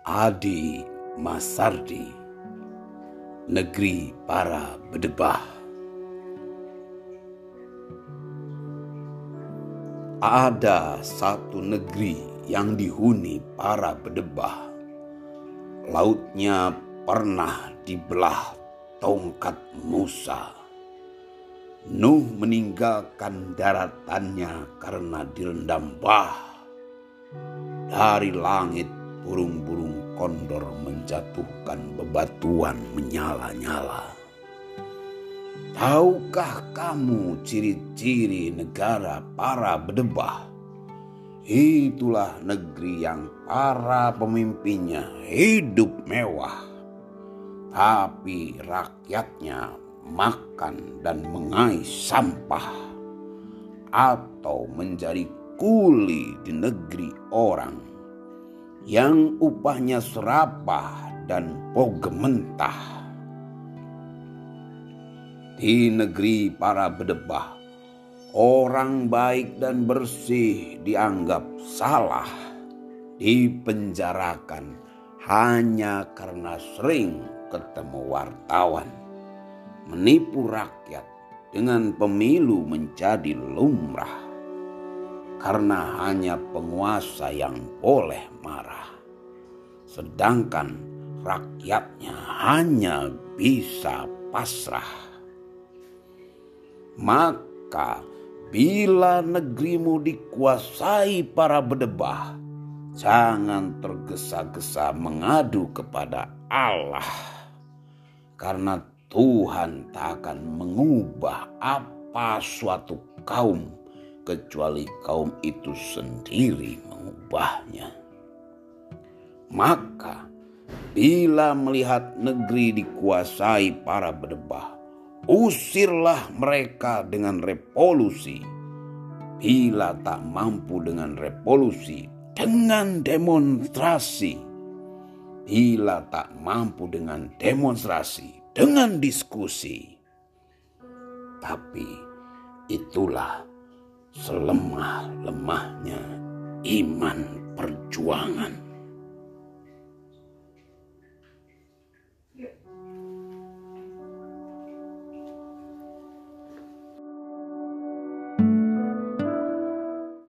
Adi Masardi, Negeri Para Bedebah. Ada satu negeri yang dihuni para bedebah. Lautnya pernah dibelah tongkat Musa. Nuh meninggalkan daratannya karena direndam bah. Dari langit burung-burung kondor menjatuhkan bebatuan menyala-nyala. Tahukah kamu ciri-ciri negara para bedebah? Itulah negeri yang para pemimpinnya hidup mewah, tapi rakyatnya makan dan mengais sampah atau menjadi kuli di negeri orang yang upahnya serapah dan pogementah. Di negeri para bedebah, orang baik dan bersih dianggap salah, dipenjarakan hanya karena sering ketemu wartawan. Menipu rakyat dengan pemilu menjadi lumrah, karena hanya penguasa yang boleh marah, sedangkan rakyatnya hanya bisa pasrah. Maka bila negerimu dikuasai para bedebah, jangan tergesa-gesa mengadu kepada Allah, karena Tuhan tak akan mengubah apa suatu kaum kecuali kaum itu sendiri mengubahnya. Maka bila melihat negeri dikuasai para bedebah, usirlah mereka dengan revolusi. Bila tak mampu dengan revolusi, dengan demonstrasi. Bila tak mampu dengan demonstrasi, dengan diskusi. Tapi itulah selemah-lemahnya iman perjuangan.